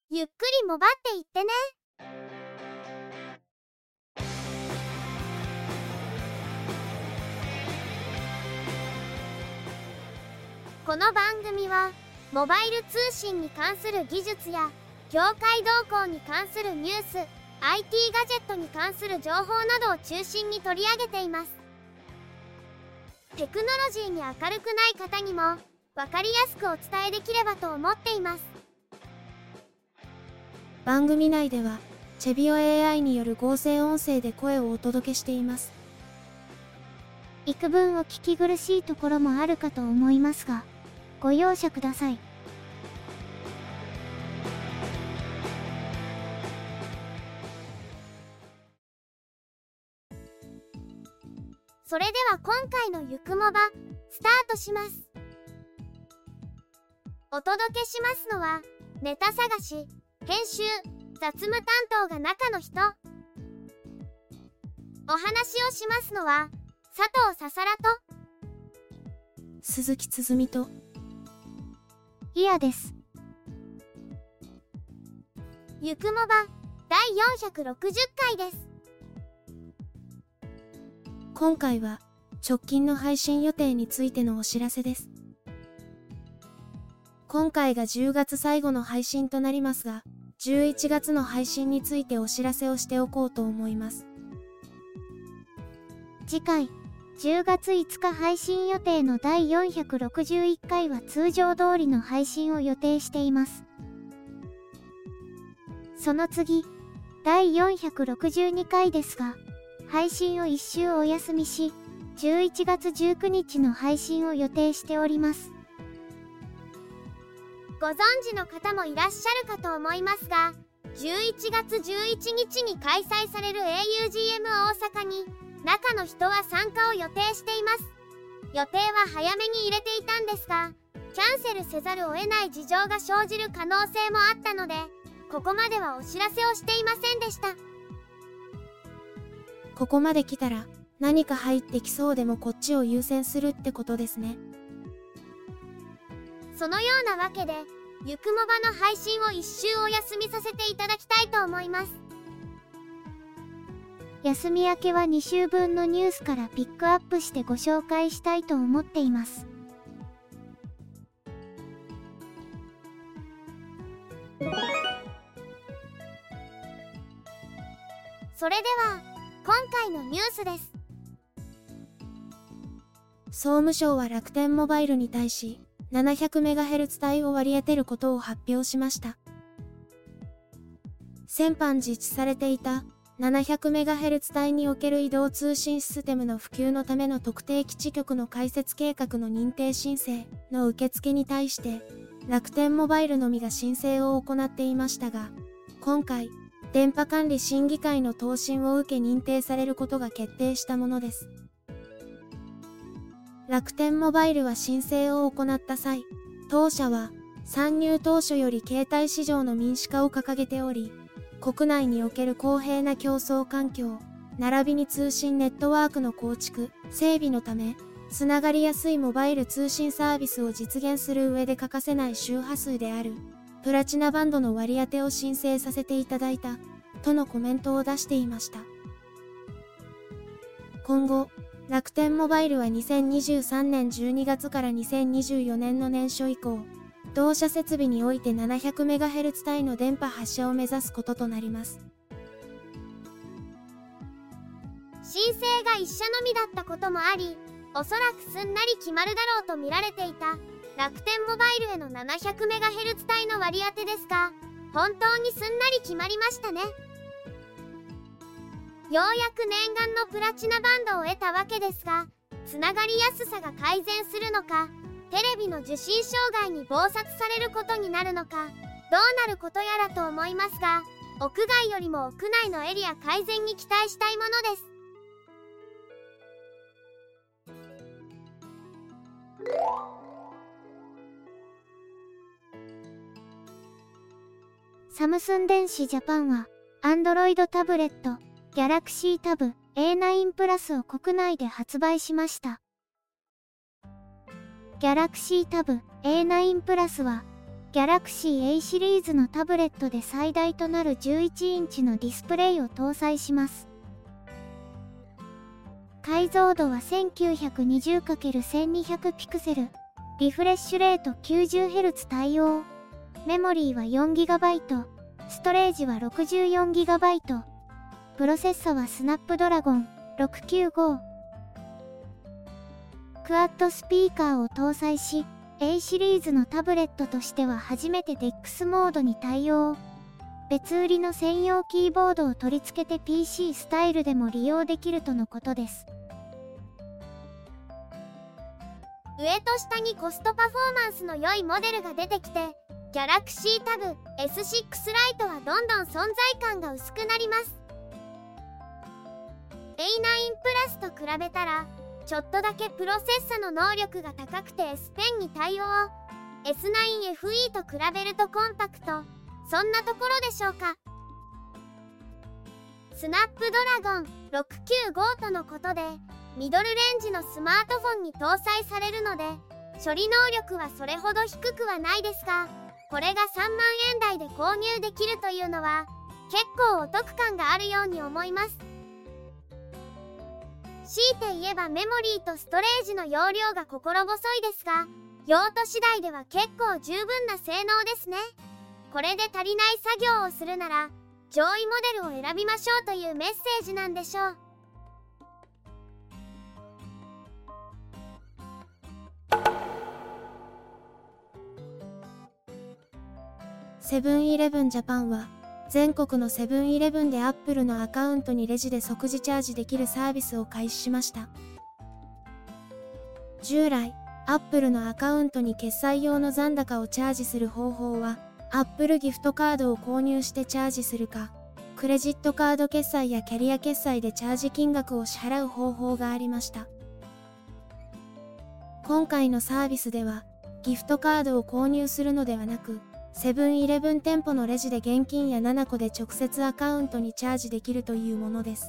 ゆっくりもばっていってね。この番組はモバイル通信に関する技術や業界動向に関するニュース、IT ガジェットに関する情報などを中心に取り上げています。テクノロジーに明るくない方にも分かりやすくお伝えできればと思っています。 番組内ではチェビオ AI による合成音声で声をお届けしています。 幾分お聞き苦しいところもあるかと思いますが、ご容赦ください。それでは今回のゆくもばスタートします。お届けしますのはネタ探し、編集、雑務担当が中の人。お話をしますのは佐藤ささらと鈴木つづみといやです。ゆくもば第460回です。 今回は直近の配信予定についてのお知らせです。今回が10月最後の配信となりますが、11月の配信についてお知らせをしておこうと思います。 次回10月5日配信予定の第461回は通常通りの配信を予定しています。その次、第462回ですが、配信を1週お休みし、11月19日の配信を予定しております。ご存知の方もいらっしゃるかと思いますが、11月11日に開催される augm 大阪に中の人は参加を予定しています。予定は早めに入れていたんですが、キャンセルせざるを得ない事情が生じる可能性もあったので、ここまではお知らせをしていませんでした。 ここまで来たら何か入ってきそうでもこっちを優先するってことですね。 そのようなわけで、ゆくもばの配信を1週お休みさせていただきたいと思います。休み明けは2週分のニュースからピックアップしてご紹介したいと思っています。それでは今回のニュースです。 総務省は楽天モバイルに対し 700MHz 帯を割り当てることを発表しました。先般実施されていた 700MHz 帯における移動通信システムの普及のための特定基地局の開設計画の認定申請の受付に対して楽天モバイルのみが申請を行っていましたが、今回電波管理審議会の答申を受け認定されることが決定したものです。楽天モバイルは申請を行った際、当社は参入当初より携帯市場の民主化を掲げており、国内における公平な競争環境、並びに通信ネットワークの構築、整備のため、つながりやすいモバイル通信サービスを実現する上で欠かせない周波数である、プラチナバンドの割り当てを申請させていただいた、とのコメントを出していました。今後、楽天モバイルは2023年12月から2024年の年初以降、同社設備において 700MHz 帯の電波発射を目指すこととなります。 申請が一社のみだったこともあり、おそらくすんなり決まるだろうと見られていた楽天モバイルへの 700MHz 帯の割り当てですが、本当にすんなり決まりましたね。ようやく念願のプラチナバンドを得たわけですが、つながりやすさが改善するのか、テレビの受信障害に忙殺されることになるのか、どうなることやらと思いますが、屋外よりも屋内のエリア改善に期待したいものです。サムスン電子ジャパンは、Android タブレット、Galaxy Tab A9 プラスを国内で発売しました。Galaxy Tab A9 プラスは、 Galaxy A シリーズのタブレットで最大となる11インチのディスプレイを搭載します。解像度は 1920×1200 ピクセル、リフレッシュレート 90Hz 対応、メモリーは 4GB、ストレージは 64GB、プロセッサはスナップドラゴン695。クワッドスピーカーを搭載し、A シリーズのタブレットとしては初めて DeX モードに対応。別売りの専用キーボードを取り付けて PC スタイルでも利用できるとのことです。上と下にコストパフォーマンスの良いモデルが出てきて、Galaxy Tab S6 Lite はどんどん存在感が薄くなります。A9 プラスと比べたら、ちょっとだけプロセッサの能力が高くて S Pen に対応。S9 FE と比べるとコンパクト。そんなところでしょうか。スナップドラゴン695とのことで、ミドルレンジのスマートフォンに搭載されるので、処理能力はそれほど低くはないですが、これが3万円台で購入できるというのは、結構お得感があるように思います。強いて言えばメモリーとストレージの容量が心細いですが、用途次第では結構十分な性能ですね。これで足りない作業をするなら、上位モデルを選びましょうというメッセージなんでしょう。 セブンイレブンジャパンは、全国のセブンイレブンで Apple のアカウントにレジで即時チャージできるサービスを開始しました。従来、Apple のアカウントに決済用の残高をチャージする方法は、Apple ギフトカードを購入してチャージするか、クレジットカード決済やキャリア決済でチャージ金額を支払う方法がありました。今回のサービスでは、ギフトカードを購入するのではなく、セブンイレブン店舗のレジで現金や7個で直接アカウントにチャージできるというものです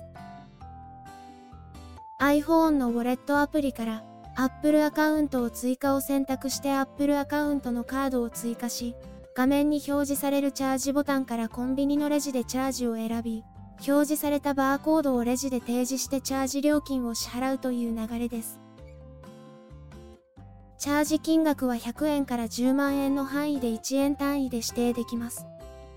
。iPhone のウォレットアプリから Apple アカウントを追加を選択して Apple アカウントのカードを追加し、画面に表示されるチャージボタンからコンビニのレジでチャージを選び、表示されたバーコードをレジで提示してチャージ料金を支払うという流れです。チャージ金額は100円から10万円の範囲で1円単位で指定できます。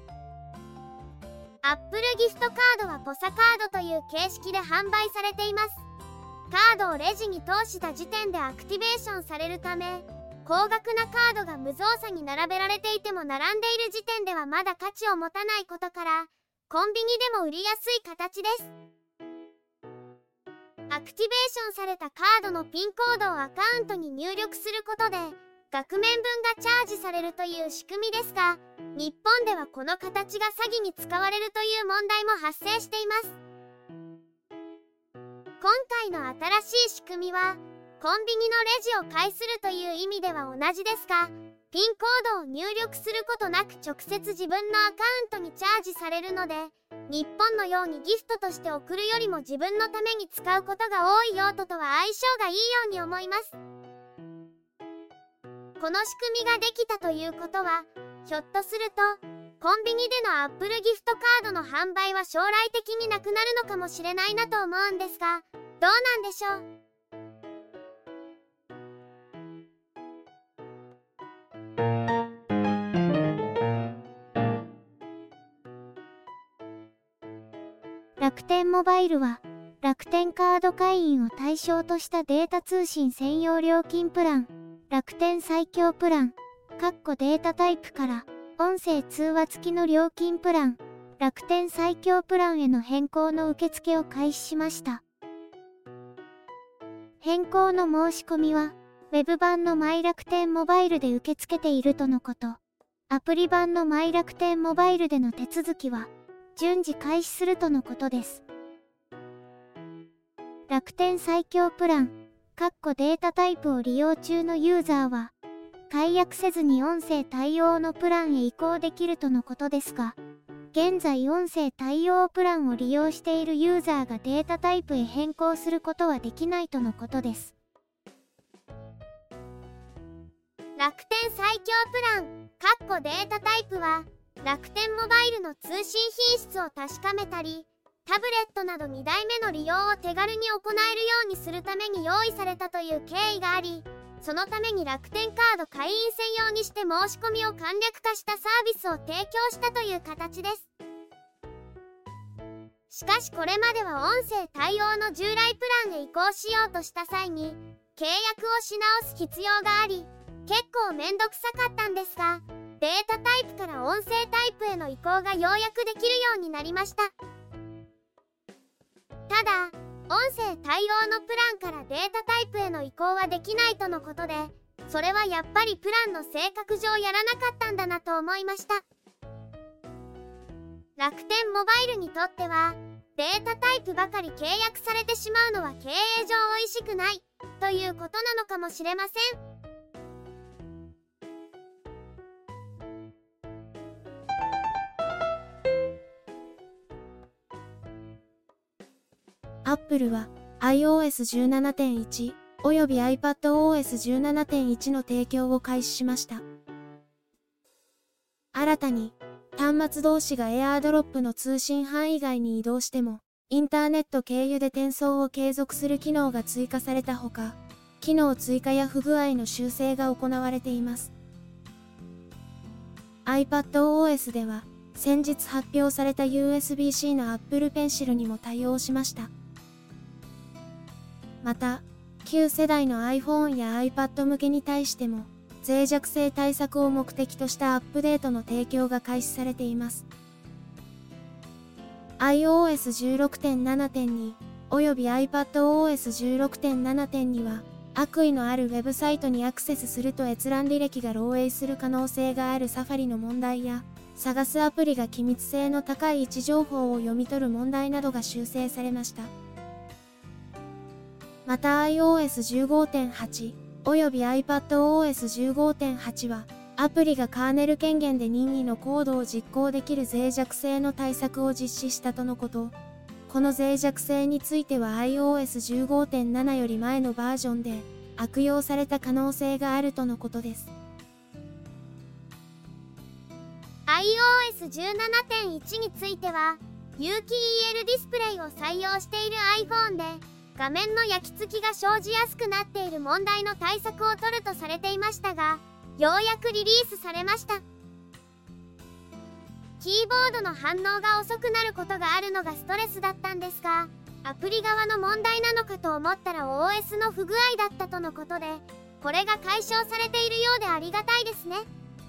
Apple ギフトカードはポサカードという形式で販売されています。カードをレジに通した時点でアクティベーションされるため、高額なカードが無造作に並べられていても並んでいる時点ではまだ価値を持たないことから、コンビニでも売りやすい形です。アクティベーションされたカードのピンコードをアカウントに入力することで、額面分がチャージされるという仕組みですが、日本ではこの形が詐欺に使われるという問題も発生しています。今回の新しい仕組みは、コンビニのレジを介するという意味では同じですが、ピンコードを入力することなく直接自分のアカウントにチャージされるので、日本のようにギフトとして送るよりも自分のために使うことが多い用途とは相性がいいように思います。この仕組みができたということは、ひょっとすると、コンビニでの Apple ギフトカードの販売は将来的になくなるのかもしれないなと思うんですが、どうなんでしょう。楽天モバイルは、楽天カード会員を対象としたデータ通信専用料金プラン、楽天最強プラン、データタイプから、音声通話付きの料金プラン、楽天最強プランへの変更の受付を開始しました。変更の申し込みは、ウェブ版のマイ楽天モバイルで受け付けているとのこと。アプリ版のマイ楽天モバイルでの手続きは、順次開始するとのことです。楽天最強プラン、データタイプを利用中のユーザーは、解約せずに音声対応のプランへ移行できるとのことですが、現在音声対応プランを利用しているユーザーがデータタイプへ変更することはできないとのことです。 楽天最強プランデータタイプは、楽天モバイルの通信品質を確かめたり、タブレットなど2台目の利用を手軽に行えるようにするために用意されたという経緯があり、そのために楽天カード会員専用にして申し込みを簡略化したサービスを提供したという形です。しかしこれまでは音声対応の従来プランへ移行しようとした際に、契約をし直す必要があり、結構めんどくさかったんですが、データタイプから音声タイプへの移行がようやくできるようになりました。ただ、音声対応のプランからデータタイプへの移行はできないとのことで、それはやっぱりプランの性格上やらなかったんだなと思いました。楽天モバイルにとっては、データタイプばかり契約されてしまうのは経営上おいしくないということなのかもしれません。 Apple は iOS17.1 および iPadOS17.1 の提供を開始しました。新たに端末同士が AirDrop の通信範囲外に移動しても、インターネット経由で転送を継続する機能が追加されたほか、機能追加や不具合の修正が行われています。iPadOS では、先日発表された USB-C の Apple Pencil にも対応しました。また、旧世代の iPhone や iPad 向けに対しても、脆弱性対策を目的としたアップデートの提供が開始されています。iOS16.7.2 および iPadOS16.7.2 は、悪意のあるウェブサイトにアクセスすると閲覧履歴が漏洩する可能性があるサファリの問題や、探すアプリが機密性の高い位置情報を読み取る問題などが修正されました。また iOS15.8 および iPadOS15.8 は、アプリがカーネル権限で任意のコードを実行できる脆弱性の対策を実施したとのこと。この脆弱性については iOS15.7 より前のバージョンで悪用された可能性があるとのことです。 iOS17.1 については、有機 EL ディスプレイを採用している iPhone で、画面の焼き付きが生じやすくなっている問題の対策を取るとされていましたが、ようやくリリースされました。キーボードの反応が遅くなることがあるのがストレスだったんですが、アプリ側の問題なのかと思ったら OS の不具合だったとのことで、これが解消されているようでありがたいですね。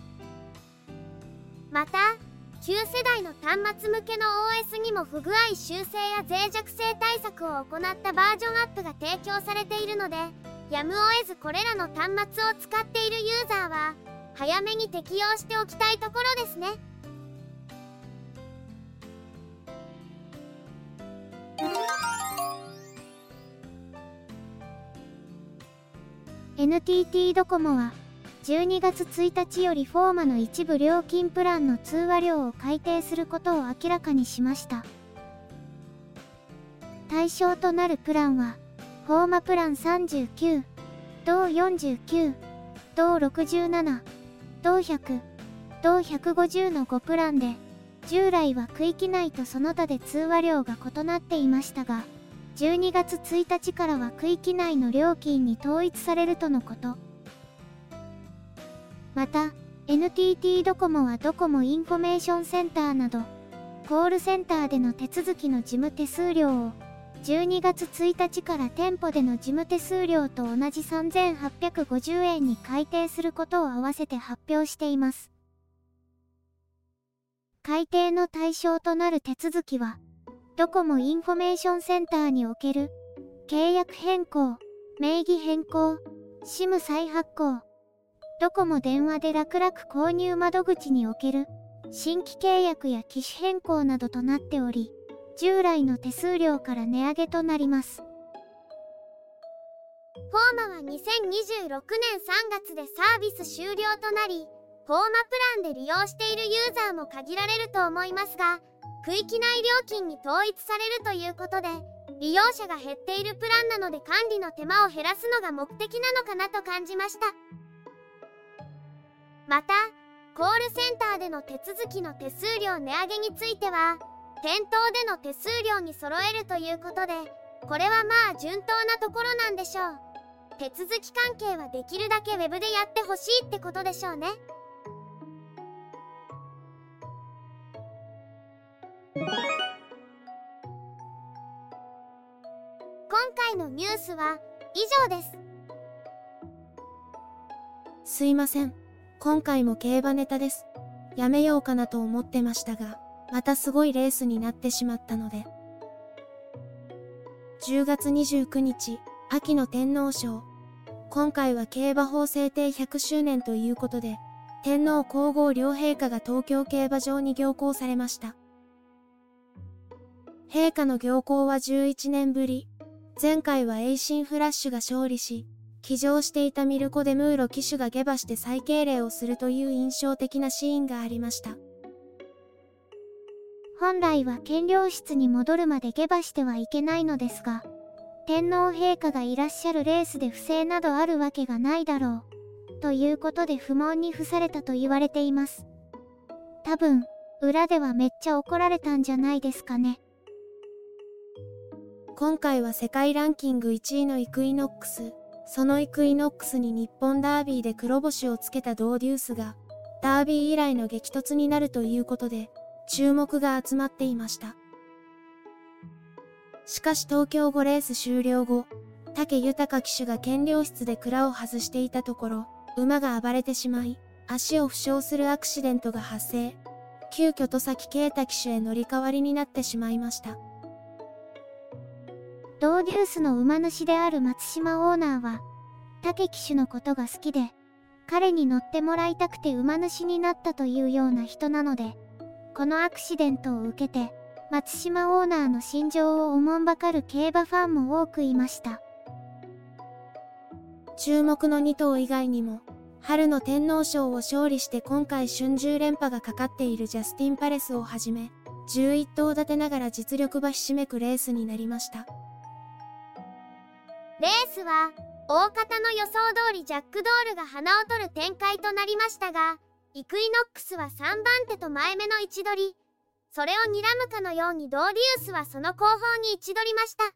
また、旧世代の端末向けの OS にも不具合修正や脆弱性対策を行ったバージョンアップが提供されているので、やむを得ずこれらの端末を使っているユーザーは、早めに適用しておきたいところですね。 NTT ドコモは、12月1日よりフォーマの一部料金プランの通話料を改定することを明らかにしました。対象となるプランは、フォーマプラン39、同49、同67、同100、同150の5プランで、従来は区域内とその他で通話料が異なっていましたが、12月1日からは区域内の料金に統一されるとのこと。また、NTT ドコモはドコモインフォメーションセンターなど、コールセンターでの手続きの事務手数料を、12月1日から店舗での事務手数料と同じ3850円に改定することを合わせて発表しています。改定の対象となる手続きは、ドコモインフォメーションセンターにおける、契約変更、名義変更、SIM 再発行、ドコモ電話で楽々購入窓口における新規契約や機種変更などとなっており、従来の手数料から値上げとなります。 フォーマは2026年3月でサービス終了となり、フォーマプランで利用しているユーザーも限られると思いますが、区域内料金に統一されるということで、利用者が減っているプランなので管理の手間を減らすのが目的なのかなと感じました。 また、コールセンターでの手続きの手数料値上げについては、店頭での手数料に揃えるということで、これはまあ順当なところなんでしょう。手続き関係はできるだけウェブでやってほしいってことでしょうね。今回のニュースは以上です。 すいません。今回も競馬ネタです。やめようかなと思ってましたが、またすごいレースになってしまったので。10月29日、秋の天皇賞。今回は競馬法制定100周年ということで、天皇皇后両陛下が東京競馬場に行幸されました。陛下の行幸は11年ぶり。前回はエイシンフラッシュが勝利し、騎乗していたミルコ・デムーロ騎手が下馬して再敬礼をするという印象的なシーンがありました。 本来は検量室に戻るまで下馬してはいけないのですが、天皇陛下がいらっしゃるレースで不正などあるわけがないだろう、ということで不問に付されたと言われています。多分、裏ではめっちゃ怒られたんじゃないですかね。 今回は世界ランキング1位のイクイノックス、そのイクイノックスに日本ダービーで黒星をつけたドーデュースが、ダービー以来の激突になるということで、注目が集まっていました。しかし東京5レース終了後、武豊騎手が検量室で鞍を外していたところ、馬が暴れてしまい、足を負傷するアクシデントが発生。急遽戸崎圭太騎手へ乗り換わりになってしまいました。 ドーデュースの馬主である松島オーナーは、武騎手のことが好きで、彼に乗ってもらいたくて馬主になったというような人なので、このアクシデントを受けて、松島オーナーの心情をおもんばかる競馬ファンも多くいました。 注目の2頭以外にも、春の天皇賞を勝利して今回春秋連覇がかかっているジャスティンパレスをはじめ、11頭立てながら実力馬ひしめくレースになりました。 レースは、大方の予想通りジャックドールが花を取る展開となりましたが、イクイノックスは3番手と前目の位置取り、それを睨むかのようにドーデュースはその後方に位置取りました。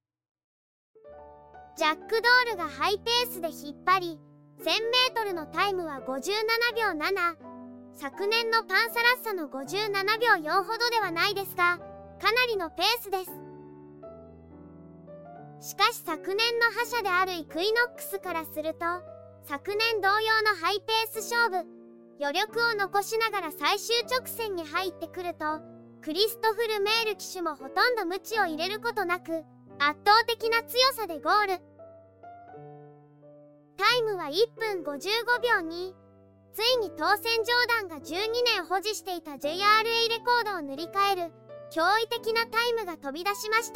ジャックドールがハイペースで引っ張り、1000メートルのタイムは57秒7。昨年のパンサラッサの57秒4ほどではないですが、かなりのペースです。しかし昨年の覇者であるイクイノックスからすると、昨年同様のハイペース勝負、余力を残しながら最終直線に入ってくると、クリストフル・メール騎手もほとんど鞭を入れることなく、圧倒的な強さでゴール。タイムは1分55秒2。ついに当選ジョーダンが12年保持していた JRA レコードを塗り替える、驚異的なタイムが飛び出しました。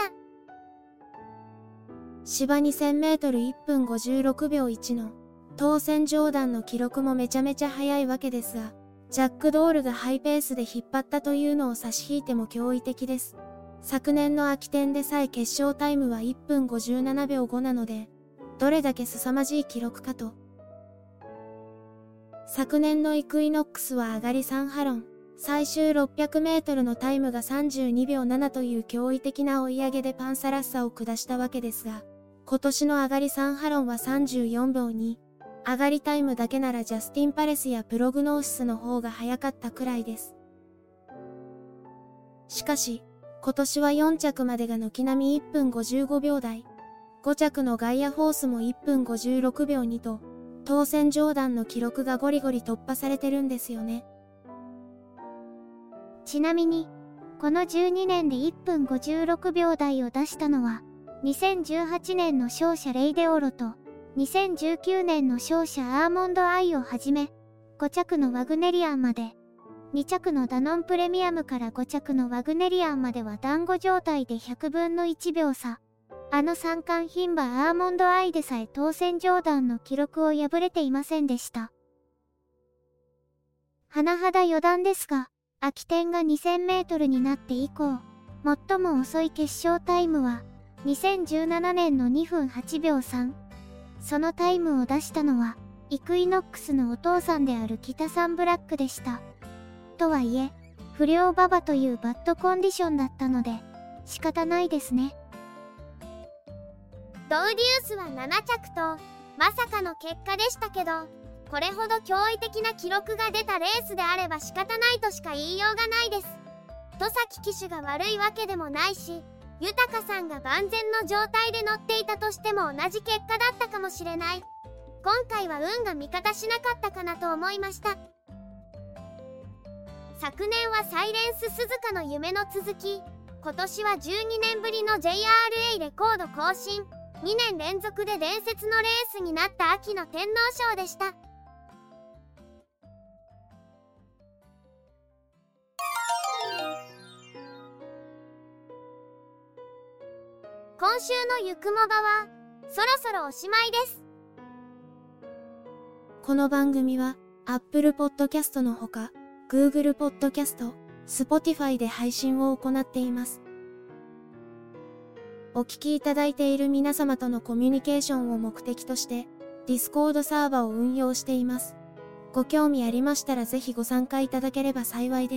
芝2000メートル1分56秒1の当選ジョーダンの記録もめちゃめちゃ速いわけですが、ジャックドールがハイペースで引っ張ったというのを差し引いても驚異的です。昨年の秋天でさえ決勝タイムは1分57秒5なので、どれだけ凄まじい記録かと。昨年のイクイノックスは上がり3ハロン、最終600メートルのタイムが32秒7という驚異的な追い上げでパンサラッサを下したわけですが、今年の上がり3ハロンは34秒2。上がりタイムだけならジャスティンパレスやプログノーシスの方が早かったくらいです。しかし、今年は4着までが軒並み1分55秒台。5着のガイアフォースも1分56秒2と、当選ジョーダンの記録がゴリゴリ突破されてるんですよね。 ちなみに、この12年で1分56秒台を出したのは、2018年の勝者レイデオロと、2019年の勝者アーモンドアイをはじめ、5着のワグネリアンまで、2着のダノンプレミアムから5着のワグネリアンまでは団子状態で100分の1秒差。あの三冠牝馬アーモンドアイでさえ当選ジョーダンの記録を破れていませんでした。甚だ余談ですが、秋天が2000メートルになって以降、最も遅い決勝タイムは、2017年の2分8秒3。そのタイムを出したのは、 イクイノックスのお父さんである北サンブラックでした。とはいえ、不良馬場というバッドコンディションだったので、仕方ないですね。 ドウデュースは7着と、まさかの結果でしたけど、これほど驚異的な記録が出たレースであれば仕方ないとしか言いようがないです。戸崎騎手が悪いわけでもないし、豊さんが万全の状態で乗っていたとしても同じ結果だったかもしれない。今回は運が味方しなかったかなと思いました。昨年はサイレンス鈴鹿の夢の続き、今年は12年ぶりの JRA レコード更新、2年連続で伝説のレースになった秋の天皇賞でした。今週のゆくもばはそろそろおしまいです。 この番組は Apple Podcast のほか Google Podcast、Spotify で配信を行っています。お聞きいただいている皆様とのコミュニケーションを目的として Discord サーバを運用しています。ご興味ありましたらぜひご参加いただければ幸いです。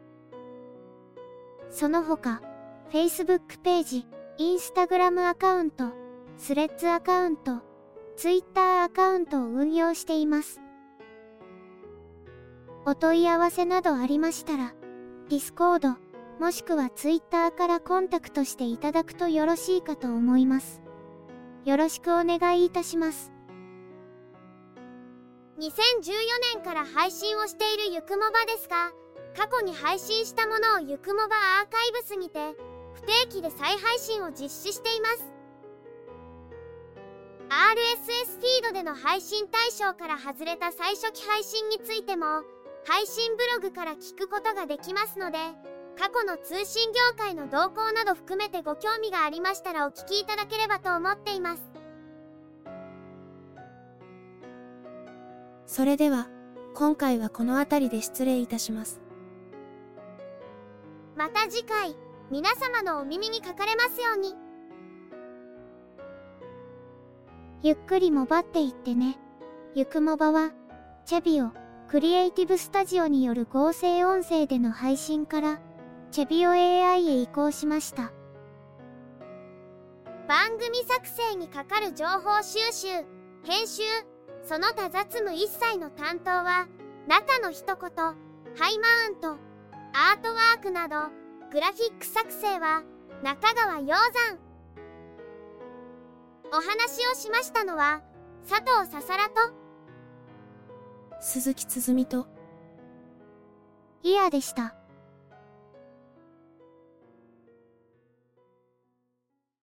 その他、Facebook ページ、Instagram アカウント、スレッズアカウント、Twitter アカウントを運用しています。お問い合わせなどありましたら、Discord、もしくは Twitter からコンタクトしていただくとよろしいかと思います。よろしくお願いいたします。 2014年から配信をしているゆくもばですが、過去に配信したものをゆくもばアーカイブスにて不定期で再配信を実施しています。RSS フィードでの配信対象から外れた最初期配信についても配信ブログから聞くことができますので、過去の通信業界の動向など含めてご興味がありましたらお聞きいただければと思っています。 それでは今回はこの辺りで失礼いたします。 また次回皆様のお耳にかかれますように。 ゆっくりもばっていってね。ゆくもばは、チェビオ、クリエイティブスタジオによる合成音声での配信から、チェビオ AI へ移行しました。 番組作成にかかる情報収集、編集、その他雑務一切の担当は、中の一言、ハイマウント、アートワークなど、グラフィック作成は、中川鷹山。お話をしましたのは、佐藤ささらと、 鈴木つづみと、 イヤでした。